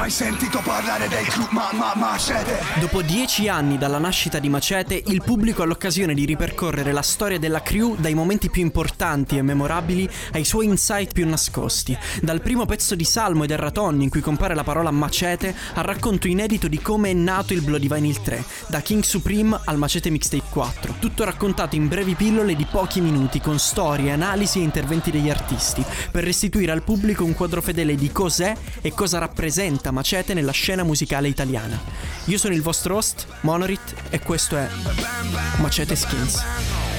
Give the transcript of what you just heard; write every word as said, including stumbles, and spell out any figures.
mai sentito parlare del crew ma ma Macete? Dopo dieci anni dalla nascita di Macete, il pubblico ha l'occasione di ripercorrere la storia della crew dai momenti più importanti e memorabili ai suoi insight più nascosti. Dal primo pezzo di Salmo ed Erraton in cui compare la parola Macete al racconto inedito di come è nato il Bloody Vinyl tre, da King Supreme al Macete Mixtape quattro. Tutto raccontato in brevi pillole di pochi minuti con storie, analisi e interventi degli artisti, per restituire al pubblico un quadro fedele di cos'è e cosa rappresenta Macete nella scena musicale italiana. Io sono il vostro host, Monolith, e questo è Macete Skins.